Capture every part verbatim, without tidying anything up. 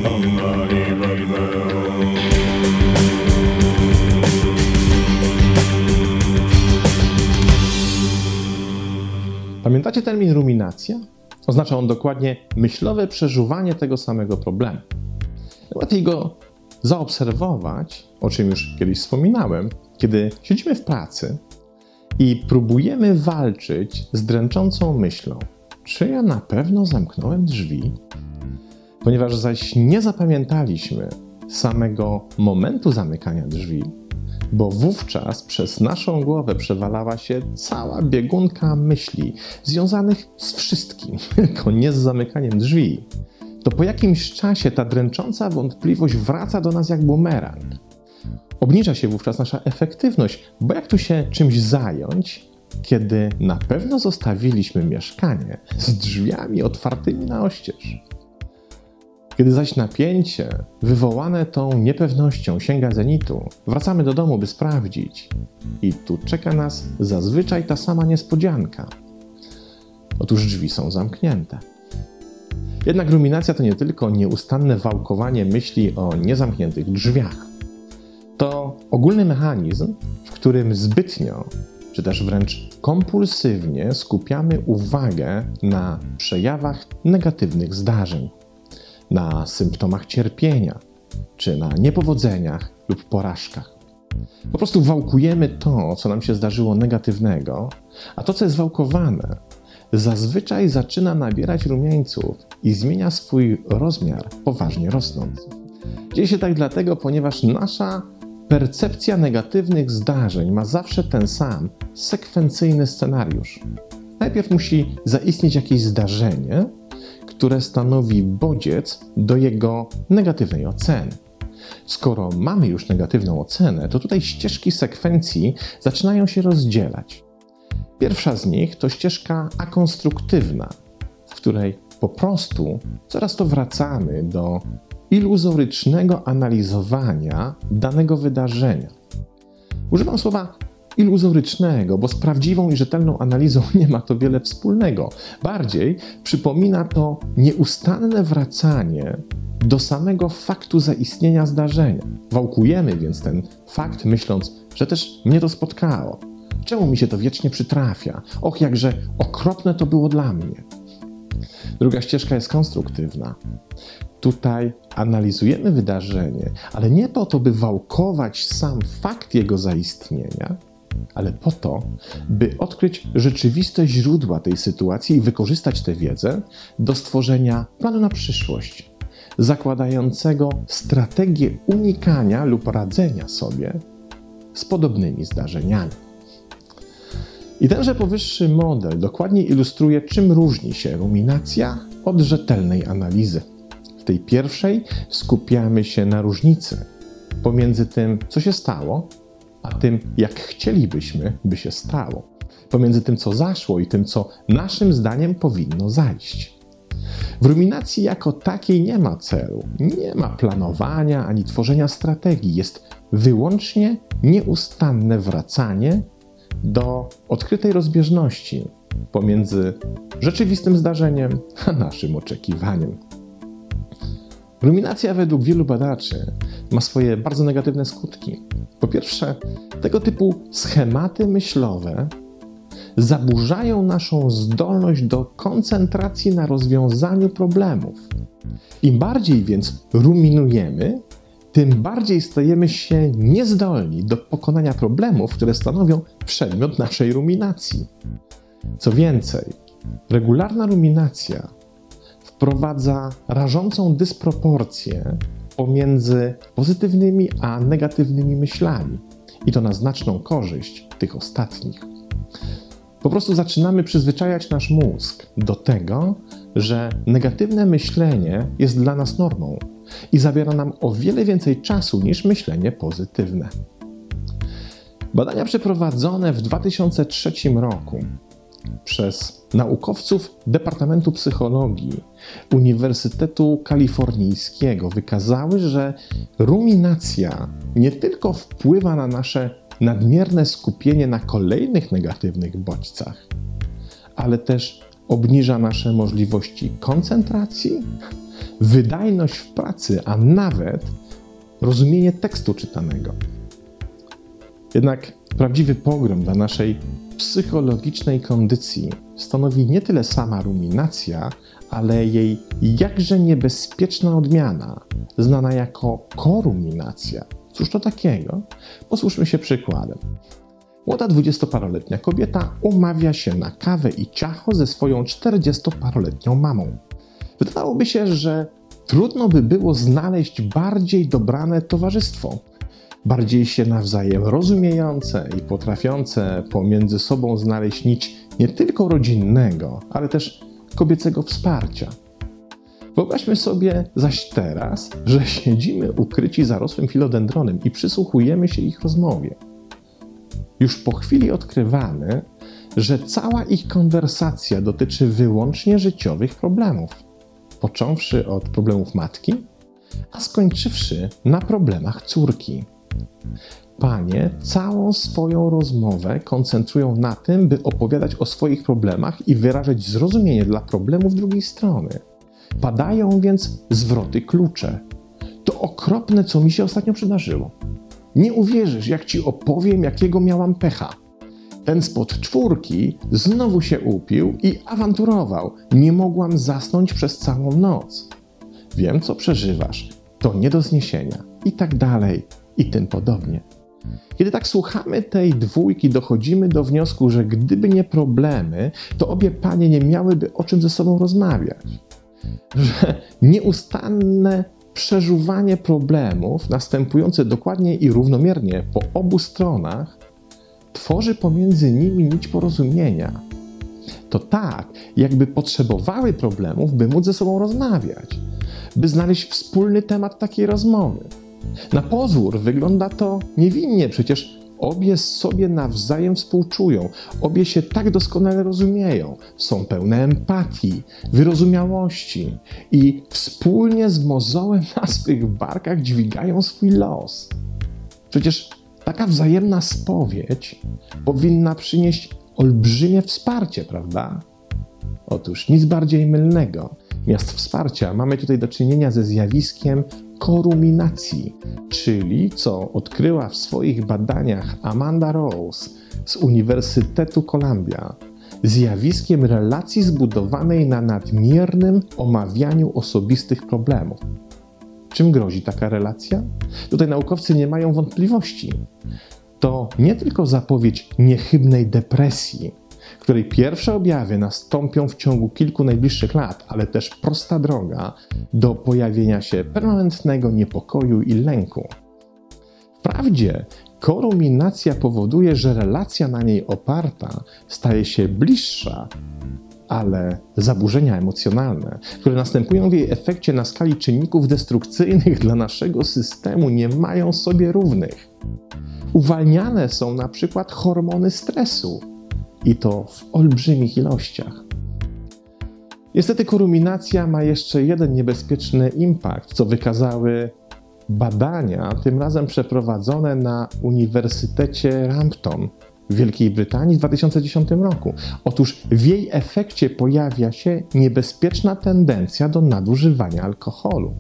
Pamiętacie termin ruminacja? Oznacza on dokładnie myślowe przeżuwanie tego samego problemu. Łatwiej go zaobserwować, o czym już kiedyś wspominałem, kiedy siedzimy w pracy i próbujemy walczyć z dręczącą myślą, czy ja na pewno zamknąłem drzwi? Ponieważ zaś nie zapamiętaliśmy samego momentu zamykania drzwi, bo wówczas przez naszą głowę przewalała się cała biegunka myśli związanych z wszystkim, tylko nie z zamykaniem drzwi, to po jakimś czasie ta dręcząca wątpliwość wraca do nas jak bumerang. Obniża się wówczas nasza efektywność, bo jak tu się czymś zająć, kiedy na pewno zostawiliśmy mieszkanie z drzwiami otwartymi na oścież? Kiedy zaś napięcie wywołane tą niepewnością sięga zenitu, wracamy do domu, by sprawdzić. I tu czeka nas zazwyczaj ta sama niespodzianka. Otóż drzwi są zamknięte. Jednak ruminacja to nie tylko nieustanne wałkowanie myśli o niezamkniętych drzwiach. To ogólny mechanizm, w którym zbytnio, czy też wręcz kompulsywnie skupiamy uwagę na przejawach negatywnych zdarzeń, na symptomach cierpienia, czy na niepowodzeniach lub porażkach. Po prostu wałkujemy to, co nam się zdarzyło negatywnego, a to, co jest wałkowane, zazwyczaj zaczyna nabierać rumieńców i zmienia swój rozmiar, poważnie rosnąc. Dzieje się tak dlatego, ponieważ nasza percepcja negatywnych zdarzeń ma zawsze ten sam, sekwencyjny scenariusz. Najpierw musi zaistnieć jakieś zdarzenie, które stanowi bodziec do jego negatywnej oceny. Skoro mamy już negatywną ocenę, to tutaj ścieżki sekwencji zaczynają się rozdzielać. Pierwsza z nich to ścieżka akonstruktywna, w której po prostu coraz to wracamy do iluzorycznego analizowania danego wydarzenia. Używam słowa iluzorycznego, bo z prawdziwą i rzetelną analizą nie ma to wiele wspólnego. Bardziej przypomina to nieustanne wracanie do samego faktu zaistnienia zdarzenia. Wałkujemy więc ten fakt, myśląc, że też mnie to spotkało. Czemu mi się to wiecznie przytrafia? Och, jakże okropne to było dla mnie. Druga ścieżka jest konstruktywna. Tutaj analizujemy wydarzenie, ale nie po to, by wałkować sam fakt jego zaistnienia, ale po to, by odkryć rzeczywiste źródła tej sytuacji i wykorzystać tę wiedzę do stworzenia planu na przyszłość, zakładającego strategię unikania lub radzenia sobie z podobnymi zdarzeniami. I tenże powyższy model dokładnie ilustruje, czym różni się ruminacja od rzetelnej analizy. W tej pierwszej skupiamy się na różnicy pomiędzy tym, co się stało, a tym, jak chcielibyśmy, by się stało. Pomiędzy tym, co zaszło i tym, co naszym zdaniem powinno zajść. W ruminacji jako takiej nie ma celu, nie ma planowania ani tworzenia strategii. Jest wyłącznie nieustanne wracanie do odkrytej rozbieżności pomiędzy rzeczywistym zdarzeniem a naszym oczekiwaniem. Ruminacja według wielu badaczy ma swoje bardzo negatywne skutki. Po pierwsze, tego typu schematy myślowe zaburzają naszą zdolność do koncentracji na rozwiązaniu problemów. Im bardziej więc ruminujemy, tym bardziej stajemy się niezdolni do pokonania problemów, które stanowią przedmiot naszej ruminacji. Co więcej, regularna ruminacja wprowadza rażącą dysproporcję pomiędzy pozytywnymi a negatywnymi myślami i to na znaczną korzyść tych ostatnich. Po prostu zaczynamy przyzwyczajać nasz mózg do tego, że negatywne myślenie jest dla nas normą i zabiera nam o wiele więcej czasu niż myślenie pozytywne. Badania przeprowadzone w dwa tysiące trzecim roku przez naukowców Departamentu Psychologii Uniwersytetu Kalifornijskiego wykazały, że ruminacja nie tylko wpływa na nasze nadmierne skupienie na kolejnych negatywnych bodźcach, ale też obniża nasze możliwości koncentracji, wydajność w pracy, a nawet rozumienie tekstu czytanego. Jednak prawdziwy pogrom dla naszej psychologicznej kondycji stanowi nie tyle sama ruminacja, ale jej jakże niebezpieczna odmiana, znana jako koruminacja. Cóż to takiego? Posłuchajmy się przykładem. Młoda dwudziestoparoletnia kobieta umawia się na kawę i ciacho ze swoją czterdziestoparoletnią mamą. Wydawałoby się, że trudno by było znaleźć bardziej dobrane towarzystwo, bardziej się nawzajem rozumiejące i potrafiące pomiędzy sobą znaleźć nić nie tylko rodzinnego, ale też kobiecego wsparcia. Wyobraźmy sobie zaś teraz, że siedzimy ukryci zarosłym filodendronem i przysłuchujemy się ich rozmowie. Już po chwili odkrywamy, że cała ich konwersacja dotyczy wyłącznie życiowych problemów, począwszy od problemów matki, a skończywszy na problemach córki. Panie całą swoją rozmowę koncentrują na tym, by opowiadać o swoich problemach i wyrażać zrozumienie dla problemów drugiej strony. Padają więc zwroty klucze. To okropne, co mi się ostatnio przydarzyło. Nie uwierzysz, jak ci opowiem, jakiego miałam pecha. Ten spod czwórki znowu się upił i awanturował. Nie mogłam zasnąć przez całą noc. Wiem, co przeżywasz. To nie do zniesienia. I tak dalej, i tym podobnie. Kiedy tak słuchamy tej dwójki, dochodzimy do wniosku, że gdyby nie problemy, to obie panie nie miałyby o czym ze sobą rozmawiać. Że nieustanne przeżuwanie problemów, następujące dokładnie i równomiernie po obu stronach, tworzy pomiędzy nimi nić porozumienia. To tak, jakby potrzebowały problemów, by móc ze sobą rozmawiać, by znaleźć wspólny temat takiej rozmowy. Na pozór wygląda to niewinnie, przecież obie sobie nawzajem współczują, obie się tak doskonale rozumieją, są pełne empatii, wyrozumiałości i wspólnie z mozołem na swych barkach dźwigają swój los. Przecież taka wzajemna spowiedź powinna przynieść olbrzymie wsparcie, prawda? Otóż nic bardziej mylnego. Miast wsparcia mamy tutaj do czynienia ze zjawiskiem koruminacji, czyli, co odkryła w swoich badaniach Amanda Rose z Uniwersytetu Columbia, zjawiskiem relacji zbudowanej na nadmiernym omawianiu osobistych problemów. Czym grozi taka relacja? Tutaj naukowcy nie mają wątpliwości. To nie tylko zapowiedź niechybnej depresji, której pierwsze objawy nastąpią w ciągu kilku najbliższych lat, ale też prosta droga do pojawienia się permanentnego niepokoju i lęku. Wprawdzie koruminacja powoduje, że relacja na niej oparta staje się bliższa, ale zaburzenia emocjonalne, które następują w jej efekcie na skali czynników destrukcyjnych dla naszego systemu, nie mają sobie równych. Uwalniane są na przykład hormony stresu, i to w olbrzymich ilościach. Niestety koruminacja ma jeszcze jeden niebezpieczny impact, co wykazały badania, tym razem przeprowadzone na Uniwersytecie Rampton w Wielkiej Brytanii w dwa tysiące dziesiątym roku. Otóż w jej efekcie pojawia się niebezpieczna tendencja do nadużywania alkoholu.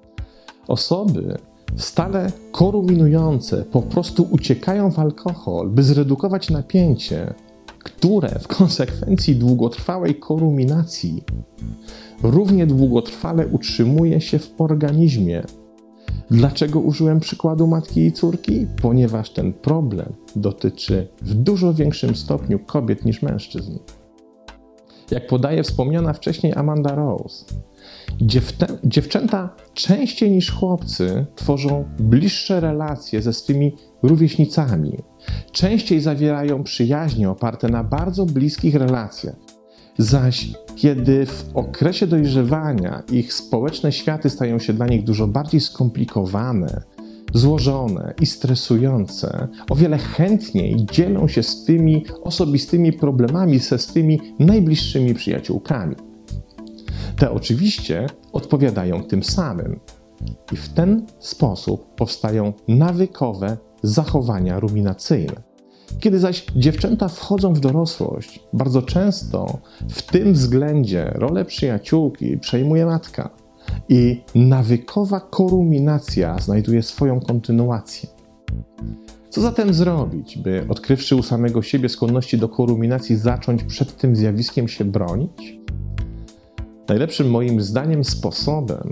Osoby stale koruminujące po prostu uciekają w alkohol, by zredukować napięcie, które w konsekwencji długotrwałej koruminacji równie długotrwale utrzymuje się w organizmie. Dlaczego użyłem przykładu matki i córki? Ponieważ ten problem dotyczy w dużo większym stopniu kobiet niż mężczyzn. Jak podaje wspomniana wcześniej Amanda Rose, dziewczę- dziewczęta częściej niż chłopcy tworzą bliższe relacje ze swymi rówieśnicami, częściej zawierają przyjaźnie oparte na bardzo bliskich relacjach. Zaś kiedy w okresie dojrzewania ich społeczne światy stają się dla nich dużo bardziej skomplikowane, złożone i stresujące, o wiele chętniej dzielą się swymi osobistymi problemami ze swymi najbliższymi przyjaciółkami. Te oczywiście odpowiadają tym samym i w ten sposób powstają nawykowe zachowania ruminacyjne. Kiedy zaś dziewczęta wchodzą w dorosłość, bardzo często w tym względzie rolę przyjaciółki przejmuje matka, i nawykowa koruminacja znajduje swoją kontynuację. Co zatem zrobić, by odkrywszy u samego siebie skłonności do koruminacji zacząć przed tym zjawiskiem się bronić? Najlepszym moim zdaniem sposobem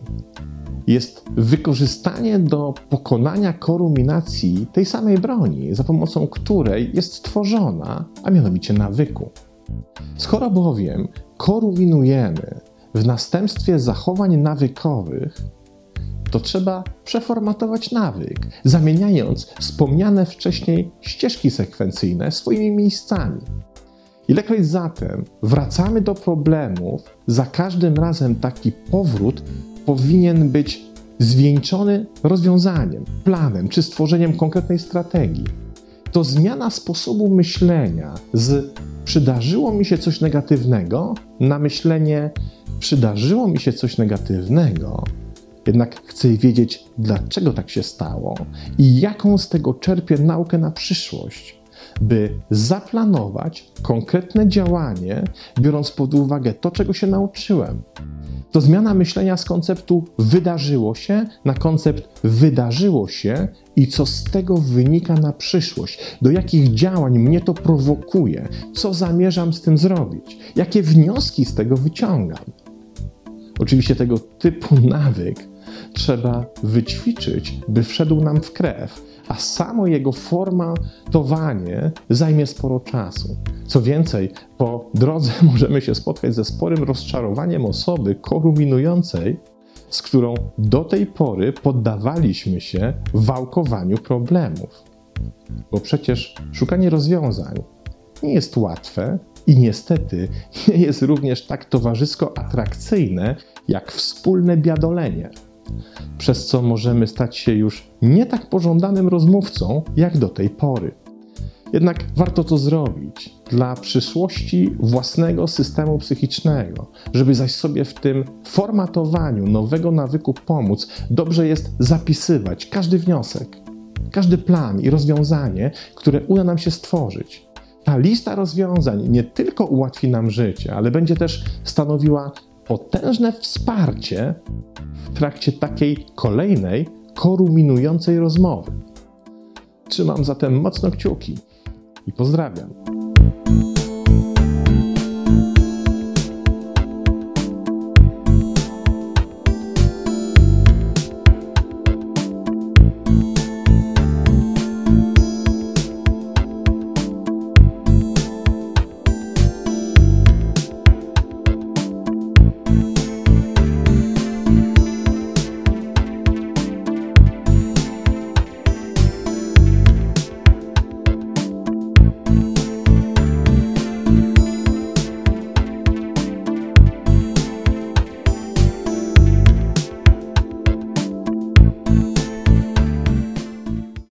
jest wykorzystanie do pokonania koruminacji tej samej broni, za pomocą której jest tworzona, a mianowicie nawyku. Skoro bowiem koruminujemy w następstwie zachowań nawykowych, to trzeba przeformatować nawyk, zamieniając wspomniane wcześniej ścieżki sekwencyjne swoimi miejscami. Ilekroć zatem wracamy do problemów, za każdym razem taki powrót powinien być zwieńczony rozwiązaniem, planem czy stworzeniem konkretnej strategii. To zmiana sposobu myślenia z przydarzyło mi się coś negatywnego na myślenie przydarzyło mi się coś negatywnego, jednak chcę wiedzieć, dlaczego tak się stało i jaką z tego czerpię naukę na przyszłość, by zaplanować konkretne działanie, biorąc pod uwagę to, czego się nauczyłem. To zmiana myślenia z konceptu wydarzyło się na koncept wydarzyło się i co z tego wynika na przyszłość, do jakich działań mnie to prowokuje, co zamierzam z tym zrobić, jakie wnioski z tego wyciągam. Oczywiście tego typu nawyk trzeba wyćwiczyć, by wszedł nam w krew, a samo jego formatowanie zajmie sporo czasu. Co więcej, po drodze możemy się spotkać ze sporym rozczarowaniem osoby koruminującej, z którą do tej pory poddawaliśmy się wałkowaniu problemów. Bo przecież szukanie rozwiązań nie jest łatwe i niestety nie jest również tak towarzysko atrakcyjne jak wspólne biadolenie, przez co możemy stać się już nie tak pożądanym rozmówcą jak do tej pory. Jednak warto to zrobić dla przyszłości własnego systemu psychicznego, żeby zaś sobie w tym formatowaniu nowego nawyku pomóc. Dobrze jest zapisywać każdy wniosek, każdy plan i rozwiązanie, które uda nam się stworzyć. Ta lista rozwiązań nie tylko ułatwi nam życie, ale będzie też stanowiła potężne wsparcie w trakcie takiej kolejnej, koruminującej rozmowy. Trzymam zatem mocno kciuki i pozdrawiam.